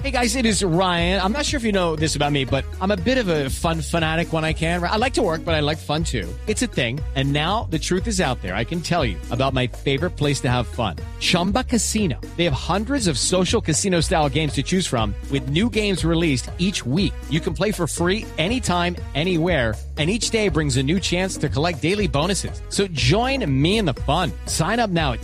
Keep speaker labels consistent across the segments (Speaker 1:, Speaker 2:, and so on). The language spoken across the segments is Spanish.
Speaker 1: Hey guys, it is Ryan. I'm not sure if you know this about me, but I'm a bit of a fun fanatic when I can. I like to work, but I like fun too. It's a thing. And now the truth is out there. I can tell you about my favorite place to have fun. Chumba Casino. They have hundreds of social casino style games to choose from with new games released each week. You can play for free anytime, anywhere. And each day brings a new chance to collect daily bonuses. So join me in the fun. Sign up now at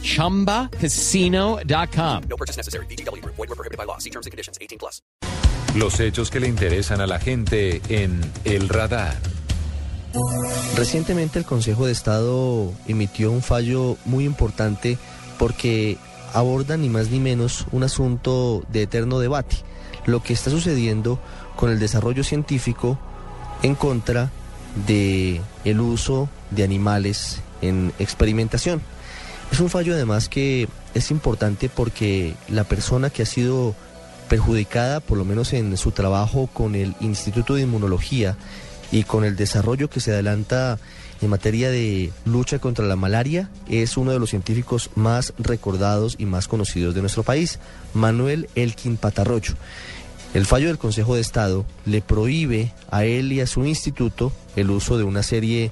Speaker 1: ChumbaCasino.com.
Speaker 2: No purchase necessary. VGW Group. Void where prohibited by law. See terms and conditions. 18+.
Speaker 3: Los hechos que le interesan a la gente en El Radar.
Speaker 4: Recientemente el Consejo de Estado emitió un fallo muy importante porque aborda ni más ni menos un asunto de eterno debate, lo que está sucediendo con el desarrollo científico en contra de el uso de animales en experimentación. Es un fallo además que es importante porque la persona que ha sido perjudicada, por lo menos en su trabajo con el Instituto de Inmunología y con el desarrollo que se adelanta en materia de lucha contra la malaria, es uno de los científicos más recordados y más conocidos de nuestro país, Manuel Elkin Patarroyo. El fallo del Consejo de Estado le prohíbe a él y a su instituto el uso de una serie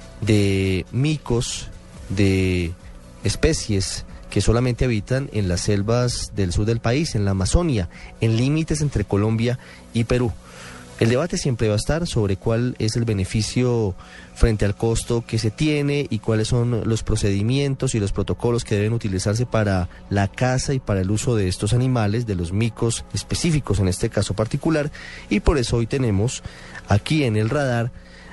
Speaker 4: de micos, de especies que solamente habitan en las selvas del sur del país, en la Amazonia, en límites entre Colombia y Perú. El debate siempre va a estar sobre cuál es el beneficio frente al costo que se tiene y cuáles son los procedimientos y los protocolos que deben utilizarse para la caza y para el uso de estos animales, de los micos específicos en este caso particular, y por eso hoy tenemos aquí en El Radar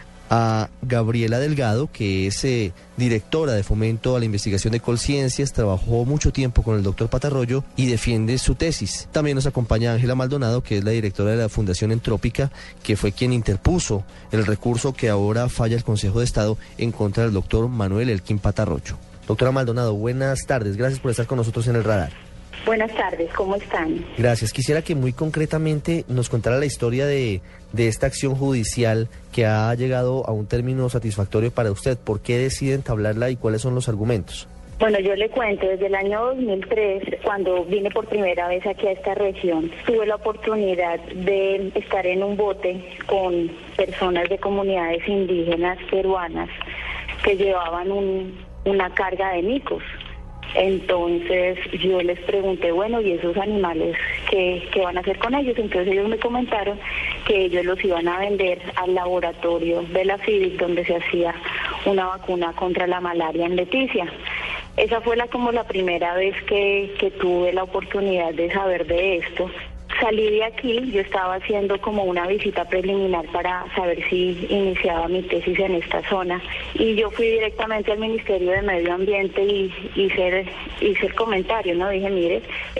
Speaker 4: a Gabriela Delgado, que es directora de Fomento a la Investigación de Colciencias, trabajó mucho tiempo con el doctor Patarroyo y defiende su tesis. También nos acompaña Ángela Maldonado, que es la directora de la Fundación Entrópica, que fue quien interpuso el recurso que ahora falla el Consejo de Estado en contra del doctor Manuel Elkin Patarroyo. Doctora Maldonado, buenas tardes, gracias por estar con nosotros en El Radar.
Speaker 5: Buenas tardes, ¿cómo están?
Speaker 4: Gracias. Quisiera que muy concretamente nos contara la historia de esta acción judicial que ha llegado a un término satisfactorio para usted. ¿Por qué decide entablarla y cuáles son los argumentos?
Speaker 5: Bueno, yo le cuento, desde el año 2003, cuando vine por primera vez aquí a esta región, tuve la oportunidad de estar en un bote con personas de comunidades indígenas peruanas que llevaban una carga de micos. Entonces yo les pregunté, bueno, ¿y esos animales qué van a hacer con ellos? Entonces ellos me comentaron que ellos los iban a vender al laboratorio de la FIDIC, donde se hacía una vacuna contra la malaria en Leticia. Esa fue como la primera vez que tuve la oportunidad de saber de esto. Salí de aquí, yo estaba haciendo como una visita preliminar para saber si iniciaba mi tesis en esta zona, y yo fui directamente al Ministerio de Medio Ambiente y hice el comentario, ¿no? Dije, mire,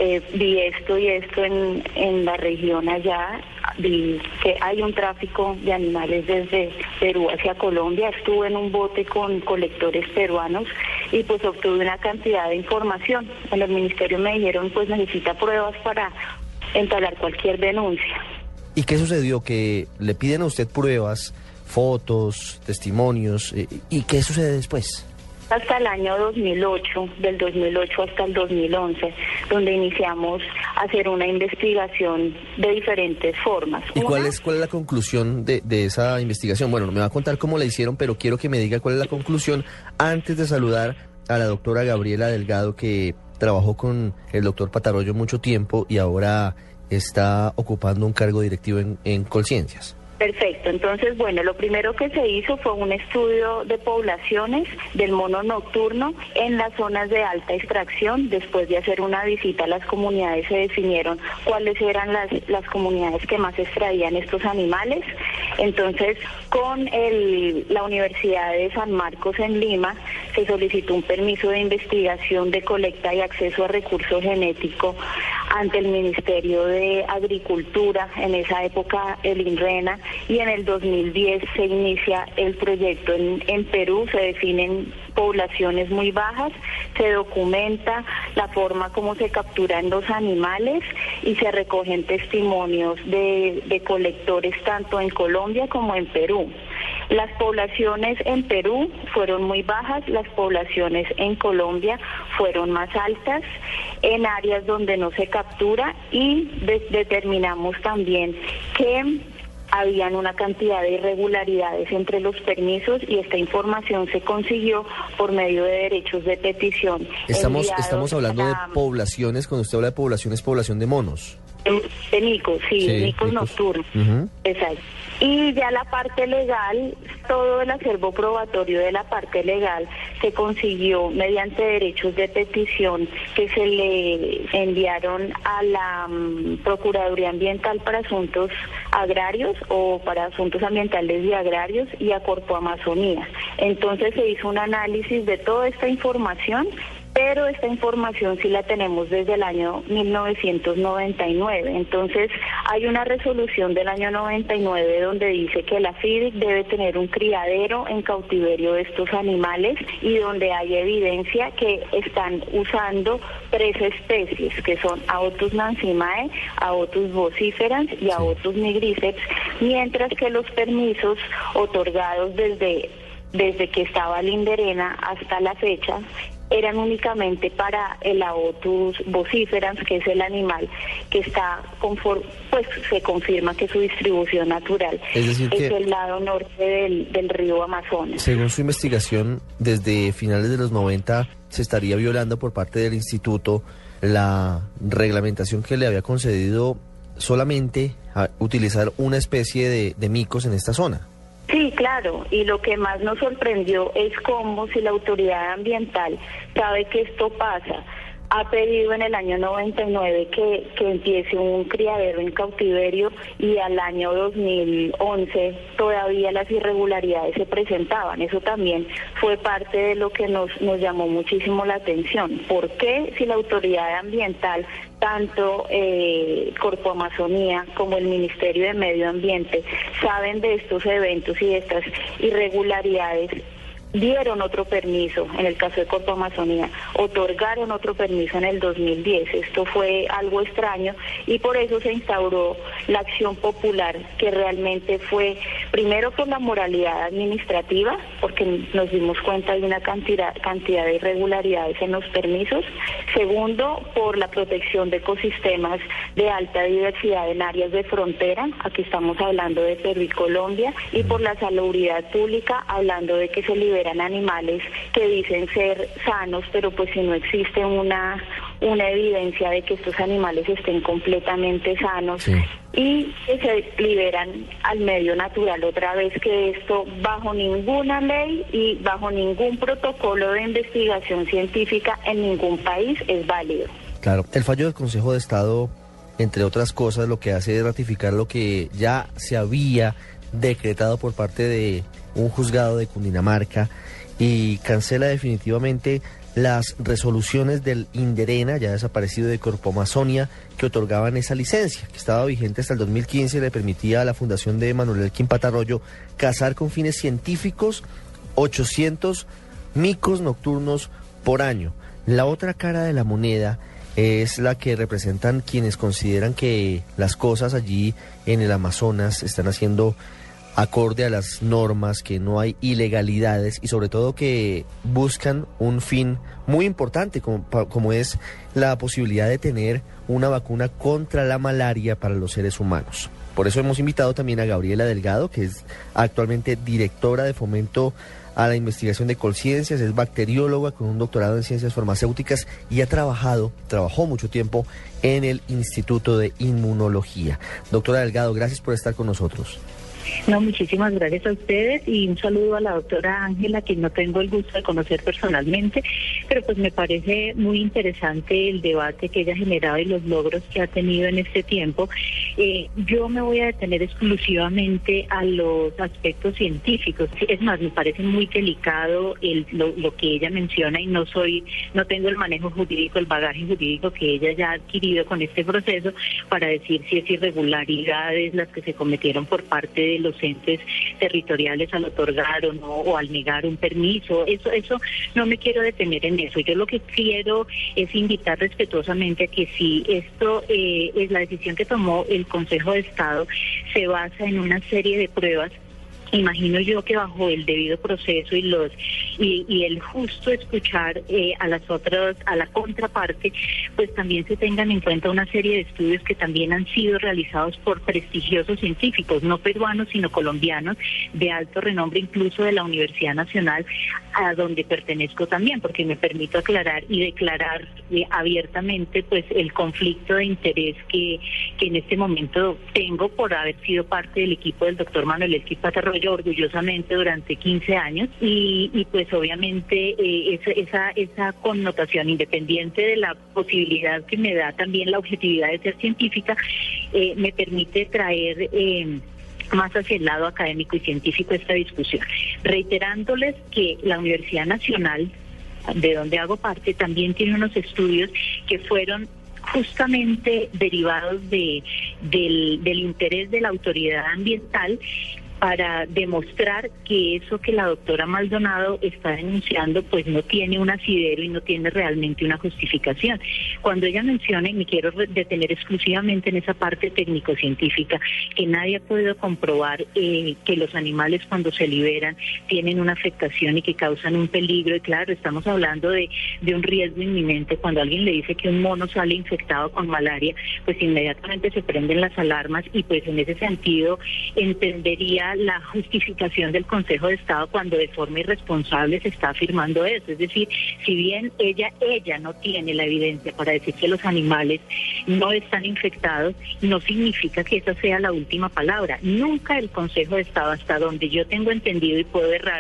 Speaker 5: vi esto y esto en la región allá, vi que hay un tráfico de animales desde Perú hacia Colombia, estuve en un bote con colectores peruanos y pues obtuve una cantidad de información. En el ministerio me dijeron, pues necesita pruebas para entablar cualquier denuncia.
Speaker 4: ¿Y qué sucedió? Que le piden a usted pruebas, fotos, testimonios, ¿y qué sucede después?
Speaker 5: Hasta el año 2008, del 2008 hasta el 2011, donde iniciamos a hacer una investigación de diferentes formas.
Speaker 4: ¿Y cuál es la conclusión de esa investigación? Bueno, me va a contar cómo la hicieron, pero quiero que me diga cuál es la conclusión antes de saludar a la doctora Gabriela Delgado, que trabajó con el doctor Patarroyo mucho tiempo y ahora está ocupando un cargo directivo en Colciencias.
Speaker 5: Perfecto, entonces bueno, lo primero que se hizo fue un estudio de poblaciones del mono nocturno en las zonas de alta extracción. Después de hacer una visita a las comunidades se definieron cuáles eran las comunidades que más extraían estos animales. Entonces con la Universidad de San Marcos en Lima se solicitó un permiso de investigación de colecta y acceso a recurso genético ante el Ministerio de Agricultura, en esa época el INRENA, y en el 2010 se inicia el proyecto en Perú. Se definen poblaciones muy bajas, se documenta la forma como se capturan los animales y se recogen testimonios de colectores tanto en Colombia como en Perú. Las poblaciones en Perú fueron muy bajas, las poblaciones en Colombia fueron más altas, en áreas donde no se captura, y determinamos también que habían una cantidad de irregularidades entre los permisos, y esta información se consiguió por medio de derechos de petición.
Speaker 4: Estamos hablando de poblaciones. Cuando usted habla de poblaciones, población de monos.
Speaker 5: De micos, sí, micos nocturnos. Exacto. Y ya la parte legal, todo el acervo probatorio de la parte legal se consiguió mediante derechos de petición que se le enviaron a la Procuraduría Ambiental para Asuntos Agrarios o para Asuntos Ambientales y Agrarios y a Corpo Amazonía. Entonces se hizo un análisis de toda esta información, pero esta información sí la tenemos desde el año 1999. Entonces hay una resolución del año 99 donde dice que la FIDIC debe tener un criadero en cautiverio de estos animales, y donde hay evidencia que están usando 3 especies, que son Aotus nansimae, Aotus vociferans y Aotus nigriceps, mientras que los permisos otorgados desde que estaba Linderena hasta la fecha eran únicamente para el Aotus vociferans, que es el animal que está se confirma que su distribución natural es el lado norte del río Amazonas.
Speaker 4: Según su investigación, desde finales de los 90 se estaría violando por parte del instituto la reglamentación que le había concedido solamente a utilizar una especie de micos en esta zona.
Speaker 5: Sí, claro, y lo que más nos sorprendió es cómo, si la autoridad ambiental sabe que esto pasa, ha pedido en el año 99 que empiece un criadero en cautiverio, y al año 2011 todavía las irregularidades se presentaban. Eso también fue parte de lo que nos llamó muchísimo la atención. ¿Por qué, si la autoridad ambiental, tanto Corpo Amazonía como el Ministerio de Medio Ambiente, saben de estos eventos y de estas irregularidades, dieron otro permiso? En el caso de Corpo Amazonía, otorgaron otro permiso en el 2010. Esto fue algo extraño, y por eso se instauró la acción popular, que realmente fue, primero, por la moralidad administrativa, porque nos dimos cuenta de una cantidad de irregularidades en los permisos. Segundo, por la protección de ecosistemas de alta diversidad en áreas de frontera, aquí estamos hablando de Perú y Colombia, y por la salubridad pública, hablando de que se liberan animales que dicen ser sanos, pero pues si no existe una evidencia de que estos animales estén completamente sanos, y que se liberan al medio natural otra vez, que esto bajo ninguna ley y bajo ningún protocolo de investigación científica en ningún país es válido.
Speaker 4: Claro, el fallo del Consejo de Estado, entre otras cosas, lo que hace es ratificar lo que ya se había decretado por parte de un juzgado de Cundinamarca, y cancela definitivamente las resoluciones del Inderena, ya desaparecido, de Corpo Amazonia, que otorgaban esa licencia, que estaba vigente hasta el 2015, le permitía a la Fundación de Manuel Elkin Patarroyo cazar con fines científicos 800 micos nocturnos por año. La otra cara de la moneda es la que representan quienes consideran que las cosas allí en el Amazonas están haciendo acorde a las normas, que no hay ilegalidades, y sobre todo que buscan un fin muy importante como es la posibilidad de tener una vacuna contra la malaria para los seres humanos. Por eso hemos invitado también a Gabriela Delgado, que es actualmente directora de Fomento a la Investigación de Colciencias, es bacterióloga con un doctorado en Ciencias Farmacéuticas y trabajó mucho tiempo en el Instituto de Inmunología. Doctora Delgado, gracias por estar con nosotros.
Speaker 6: No, muchísimas gracias a ustedes, y un saludo a la doctora Ángela, quien no tengo el gusto de conocer personalmente, pero pues me parece muy interesante el debate que ella ha generado y los logros que ha tenido en este tiempo. Yo me voy a detener exclusivamente a los aspectos científicos. Es más, me parece muy delicado lo que ella menciona, y no tengo el manejo jurídico, el bagaje jurídico que ella ya ha adquirido con este proceso para decir si es irregularidades las que se cometieron por parte de los entes territoriales al otorgar o no, o al negar un permiso. Eso no me quiero detener en eso. Yo lo que quiero es invitar respetuosamente a que si esto es la decisión que tomó el Consejo de Estado, se basa en una serie de pruebas imagino yo que bajo el debido proceso y el justo escuchar a la contraparte, pues también se tengan en cuenta una serie de estudios que también han sido realizados por prestigiosos científicos, no peruanos sino colombianos, de alto renombre, incluso de la Universidad Nacional, a donde pertenezco también, porque me permito aclarar y declarar abiertamente pues el conflicto de interés que en este momento tengo por haber sido parte del equipo del doctor Manuel Elkin Patarroyo orgullosamente durante 15 años y pues obviamente esa connotación, independiente de la posibilidad que me da también la objetividad de ser científica, me permite traer más hacia el lado académico y científico esta discusión, reiterándoles que la Universidad Nacional, de donde hago parte, también tiene unos estudios que fueron justamente derivados del interés de la autoridad ambiental para demostrar que eso que la doctora Maldonado está denunciando pues no tiene un asidero y no tiene realmente una justificación. Cuando ella menciona, y me quiero detener exclusivamente en esa parte técnico-científica, que nadie ha podido comprobar que los animales cuando se liberan tienen una afectación y que causan un peligro, y claro, estamos hablando de un riesgo inminente. Cuando alguien le dice que un mono sale infectado con malaria, pues inmediatamente se prenden las alarmas y pues en ese sentido entendería la justificación del Consejo de Estado cuando de forma irresponsable se está afirmando eso. Es decir, si bien ella no tiene la evidencia para decir que los animales no están infectados, no significa que esa sea la última palabra. Nunca el Consejo de Estado, hasta donde yo tengo entendido y puedo errar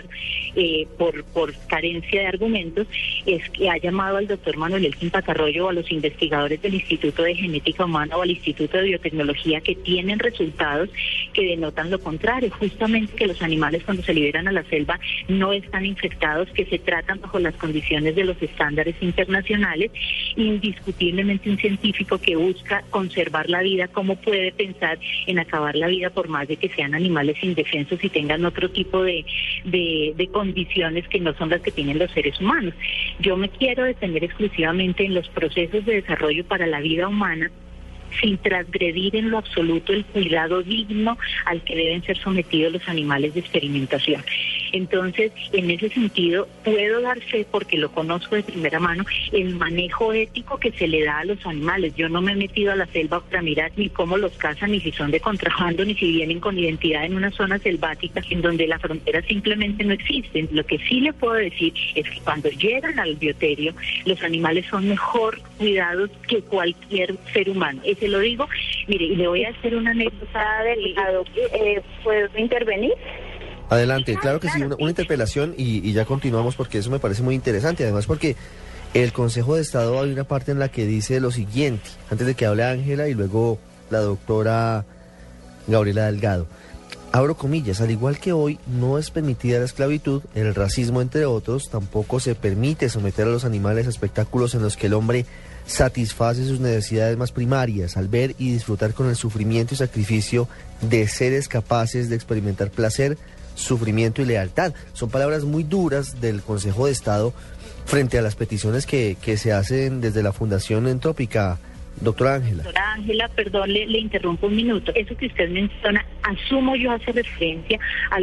Speaker 6: por carencia de argumentos, es que ha llamado al doctor Manuel Elkin Patarroyo o a los investigadores del Instituto de Genética Humana o al Instituto de Biotecnología que tienen resultados que denotan lo contrario, justamente que los animales cuando se liberan a la selva no están infectados, que se tratan bajo las condiciones de los estándares internacionales. Indiscutiblemente un científico que busca conservar la vida, ¿cómo puede pensar en acabar la vida por más de que sean animales indefensos y tengan otro tipo de condiciones que no son las que tienen los seres humanos? Yo me quiero detener exclusivamente en los procesos de desarrollo para la vida humana, sin transgredir en lo absoluto el cuidado digno al que deben ser sometidos los animales de experimentación. Entonces, en ese sentido, puedo dar fe, porque lo conozco de primera mano, el manejo ético que se le da a los animales. Yo no me he metido a la selva para mirar ni cómo los cazan, ni si son de contrabando, ni si vienen con identidad en una zona selvática en donde la frontera simplemente no existe. Lo que sí le puedo decir es que cuando llegan al bioterio, los animales son mejor cuidados que cualquier ser humano. Ese lo digo. Mire, y le voy a hacer una anécdota.
Speaker 5: ¿Puedo intervenir?
Speaker 4: Adelante, claro que sí, una interpelación y ya continuamos, porque eso me parece muy interesante, además porque el Consejo de Estado hay una parte en la que dice lo siguiente, antes de que hable Ángela y luego la doctora Gabriela Delgado. Abro comillas: al igual que hoy no es permitida la esclavitud, el racismo entre otros, tampoco se permite someter a los animales a espectáculos en los que el hombre satisface sus necesidades más primarias al ver y disfrutar con el sufrimiento y sacrificio de seres capaces de experimentar placer, sufrimiento y lealtad. Son palabras muy duras del Consejo de Estado frente a las peticiones que se hacen desde la Fundación Entrópica. Doctora Ángela.
Speaker 6: Doctora Ángela, perdón, le interrumpo un minuto. Eso que usted menciona, asumo yo, hace referencia a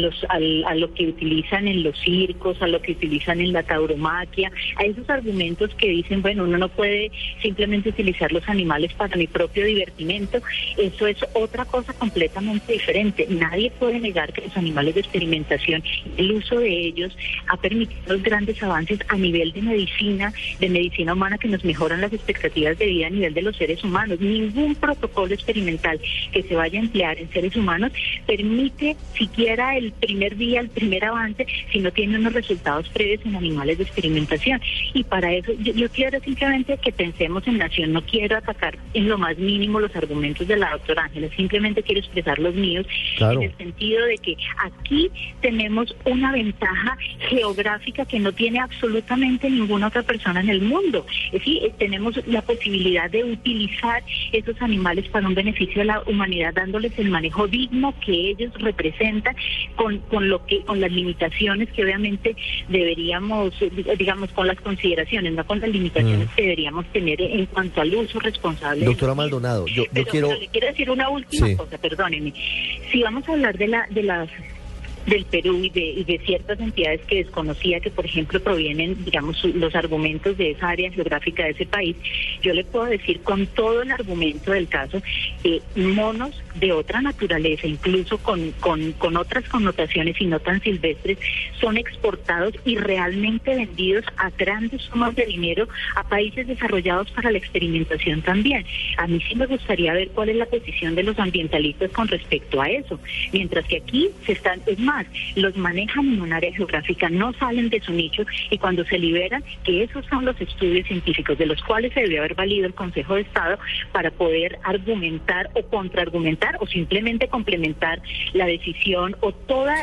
Speaker 6: lo que utilizan en los circos, a lo que utilizan en la tauromaquia, a esos argumentos que dicen, bueno, uno no puede simplemente utilizar los animales para mi propio divertimento. Eso es otra cosa completamente diferente. Nadie puede negar que los animales de experimentación, el uso de ellos ha permitido los grandes avances a nivel de medicina humana, que nos mejoran las expectativas de vida a nivel de los seres humanos. Ningún protocolo experimental que se vaya a emplear en seres humanos permite siquiera el primer día, el primer avance, si no tiene unos resultados previos en animales de experimentación. Y para eso yo quiero simplemente que pensemos en nación. No quiero atacar en lo más mínimo los argumentos de la doctora Ángela, simplemente quiero expresar los míos, claro, en el sentido de que aquí tenemos una ventaja geográfica que no tiene absolutamente ninguna otra persona en el mundo. Es decir, tenemos la posibilidad de utilizar esos animales para un beneficio de la humanidad, dándoles el manejo digno que ellos representan, con las limitaciones que obviamente deberíamos, digamos, con las consideraciones, no con las limitaciones que deberíamos tener en cuanto al uso responsable.
Speaker 4: Doctora Maldonado, yo quiero...
Speaker 6: Pero le quiero decir una última cosa, perdóneme. Si vamos a hablar de las del Perú y de ciertas entidades que desconocía que, por ejemplo, provienen, digamos, los argumentos de esa área geográfica de ese país, yo le puedo decir con todo el argumento del caso que monos de otra naturaleza, incluso con otras connotaciones y no tan silvestres, son exportados y realmente vendidos a grandes sumas de dinero a países desarrollados para la experimentación también. A mí sí me gustaría ver cuál es la posición de los ambientalistas con respecto a eso, mientras que aquí es más, los manejan en un área geográfica, no salen de su nicho, y cuando se liberan, que esos son los estudios científicos de los cuales se debió haber valido el Consejo de Estado para poder argumentar o contraargumentar o simplemente complementar la decisión o toda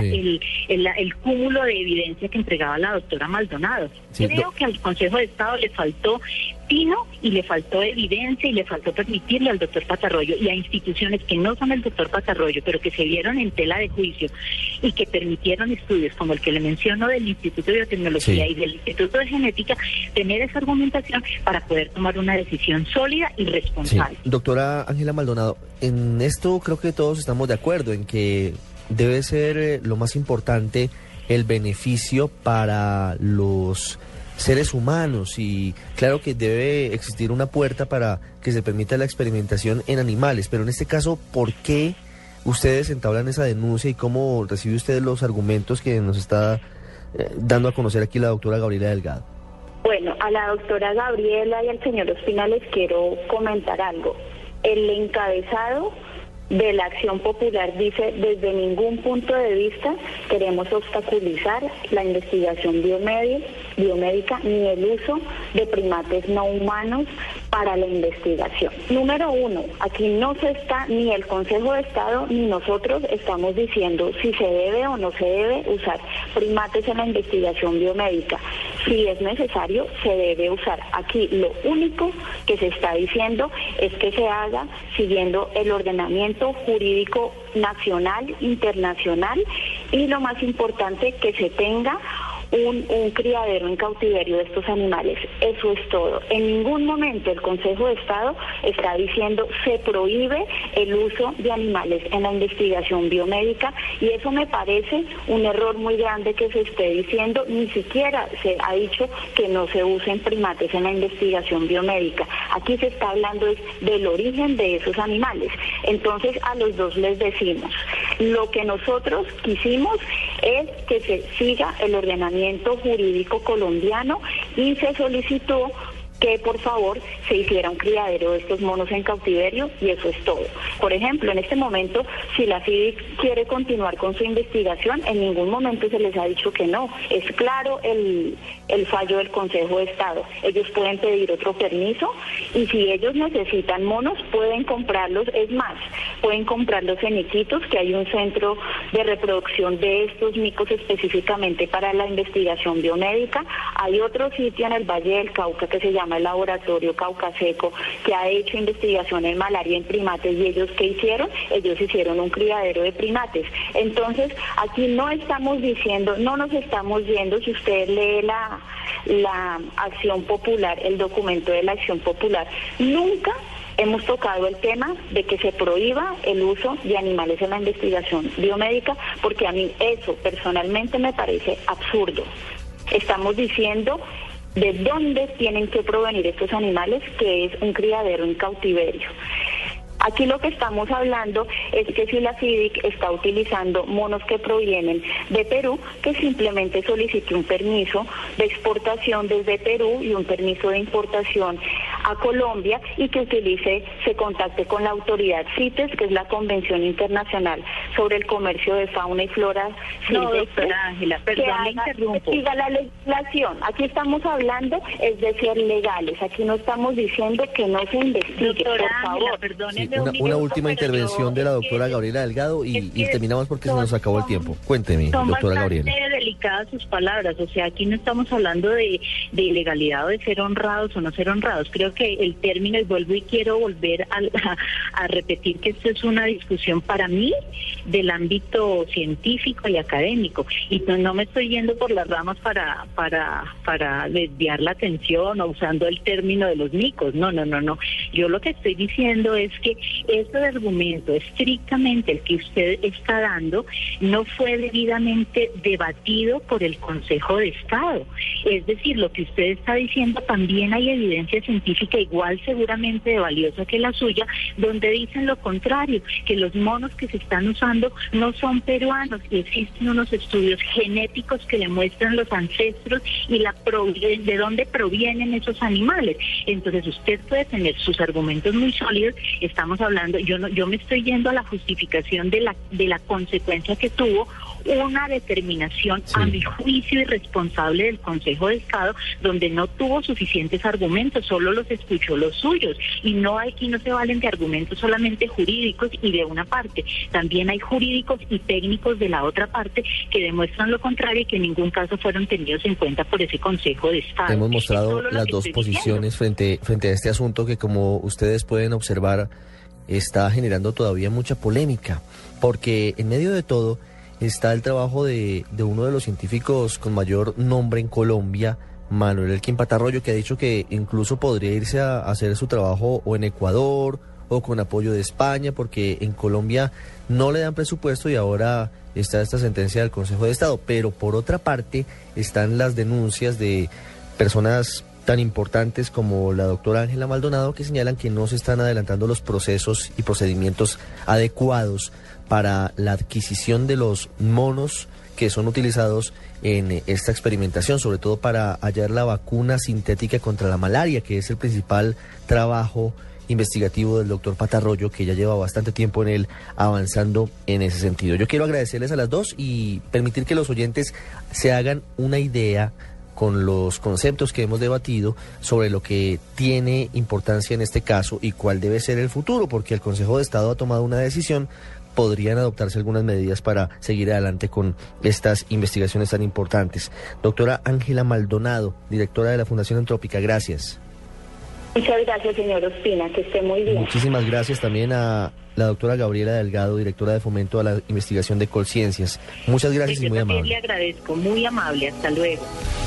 Speaker 6: el cúmulo de evidencia que entregaba la doctora Maldonado. Creo que al Consejo de Estado le faltó tino y le faltó evidencia y le faltó permitirle al doctor Patarroyo y a instituciones que no son el doctor Patarroyo, pero que se vieron en tela de juicio y que permitieron estudios como el que le menciono del Instituto de Biotecnología y del Instituto de Genética, tener esa argumentación para poder tomar una decisión sólida y responsable.
Speaker 4: Doctora Ángela Maldonado, en esto creo que todos estamos de acuerdo en que debe ser lo más importante el beneficio para los seres humanos, y claro que debe existir una puerta para que se permita la experimentación en animales, pero en este caso, ¿por qué ustedes entablan esa denuncia y cómo recibe usted los argumentos que nos está dando a conocer aquí la doctora Gabriela Delgado?
Speaker 5: Bueno, a la doctora Gabriela y al señor Ospina les quiero comentar algo. El encabezado de la Acción Popular dice: desde ningún punto de vista queremos obstaculizar la investigación biomédica ni el uso de primates no humanos para la investigación. Número uno, aquí no se está, ni el Consejo de Estado ni nosotros estamos diciendo si se debe o no se debe usar primates en la investigación biomédica. Si es necesario, se debe usar. Aquí lo único que se está diciendo es que se haga siguiendo el ordenamiento jurídico nacional, internacional, y lo más importante, que se tenga un criadero en cautiverio de estos animales. Eso es todo. En ningún momento el Consejo de Estado está diciendo se prohíbe el uso de animales en la investigación biomédica, y eso me parece un error muy grande que se esté diciendo. Ni siquiera se ha dicho que no se usen primates en la investigación biomédica. Aquí se está hablando del origen de esos animales. Entonces a los dos les decimos, lo que nosotros quisimos es que se siga el ordenamiento jurídico colombiano, y se solicitó que por favor se hiciera un criadero de estos monos en cautiverio, y eso es todo. Por ejemplo, en este momento, si la FIDIC quiere continuar con su investigación, en ningún momento se les ha dicho que no. Es claro el fallo del Consejo de Estado. Ellos pueden pedir otro permiso, y si ellos necesitan monos, pueden comprarlos. Es más, pueden comprarlos en Iquitos, que hay un centro de reproducción de estos micos específicamente para la investigación biomédica. Hay otro sitio en el Valle del Cauca que se llama el Laboratorio Caucaseco, que ha hecho investigación en malaria en primates, y ellos ¿qué hicieron? Ellos hicieron un criadero de primates. Entonces, aquí no estamos diciendo, no nos estamos yendo, si usted lee la Acción Popular, el documento de la Acción Popular, nunca hemos tocado el tema de que se prohíba el uso de animales en la investigación biomédica, porque a mí eso personalmente me parece absurdo. Estamos diciendo de dónde tienen que provenir estos animales, que es un criadero en cautiverio. Aquí lo que estamos hablando es que si la FIDIC está utilizando monos que provienen de Perú, que simplemente solicite un permiso de exportación desde Perú y un permiso de importación a Colombia, y que se contacte con la autoridad CITES, que es la Convención Internacional sobre el Comercio de Fauna y Flora Silvestre.
Speaker 6: No, doctora Ángela, perdón, le interrumpo.
Speaker 5: Siga la legislación. Aquí estamos hablando es de ser legales. Aquí no estamos diciendo que no se investigue,
Speaker 6: doctora
Speaker 5: por favor.
Speaker 6: Ángela, perdóneme.
Speaker 4: Una última intervención de la doctora Gabriela Delgado y terminamos porque se nos acabó el tiempo. Cuénteme, doctora Gabriela.
Speaker 6: Son bastante delicadas sus palabras, o sea, aquí no estamos hablando de ilegalidad o de ser honrados o no ser honrados. Creo creo que el término, y vuelvo y quiero volver a repetir que esto es una discusión para mí del ámbito científico y académico, y no me estoy yendo por las ramas para desviar la atención o usando el término de los micos, no. Yo lo que estoy diciendo es que este argumento, estrictamente el que usted está dando, no fue debidamente debatido por el Consejo de Estado. Es decir, lo que usted está diciendo, también hay evidencia científica igual seguramente de valiosa que la suya, donde dicen lo contrario, que los monos que se están usando no son peruanos, y existen unos estudios genéticos que demuestran los ancestros y de dónde provienen esos animales. Entonces usted puede tener sus argumentos muy sólidos, estamos hablando, yo me estoy yendo a la justificación de la consecuencia que tuvo una determinación, sí, a mi juicio irresponsable del Consejo de Estado, donde no tuvo suficientes argumentos, solo los escuchó los suyos, y aquí no se valen de argumentos solamente jurídicos y de una parte, también hay jurídicos y técnicos de la otra parte que demuestran lo contrario y que en ningún caso fueron tenidos en cuenta por ese Consejo de Estado.
Speaker 4: Hemos mostrado las dos posiciones frente a este asunto que, como ustedes pueden observar, está generando todavía mucha polémica, porque en medio de todo está el trabajo de uno de los científicos con mayor nombre en Colombia, Manuel Elkin Patarroyo, que ha dicho que incluso podría irse a hacer su trabajo o en Ecuador o con apoyo de España, porque en Colombia no le dan presupuesto y ahora está esta sentencia del Consejo de Estado. Pero por otra parte están las denuncias de personas tan importantes como la doctora Ángela Maldonado, que señalan que no se están adelantando los procesos y procedimientos adecuados para la adquisición de los monos que son utilizados en esta experimentación, sobre todo para hallar la vacuna sintética contra la malaria, que es el principal trabajo investigativo del doctor Patarroyo, que ya lleva bastante tiempo en él avanzando en ese sentido. Yo quiero agradecerles a las dos y permitir que los oyentes se hagan una idea con los conceptos que hemos debatido sobre lo que tiene importancia en este caso y cuál debe ser el futuro, porque el Consejo de Estado ha tomado una decisión. Podrían adoptarse algunas medidas para seguir adelante con estas investigaciones tan importantes. Doctora Ángela Maldonado, directora de la Fundación Antrópica, gracias.
Speaker 5: Muchas gracias, señor Ospina, que esté muy bien.
Speaker 4: Muchísimas gracias también a la doctora Gabriela Delgado, directora de Fomento a la Investigación de Colciencias. Muchas gracias y muy amable.
Speaker 6: Le agradezco, muy amable, hasta luego.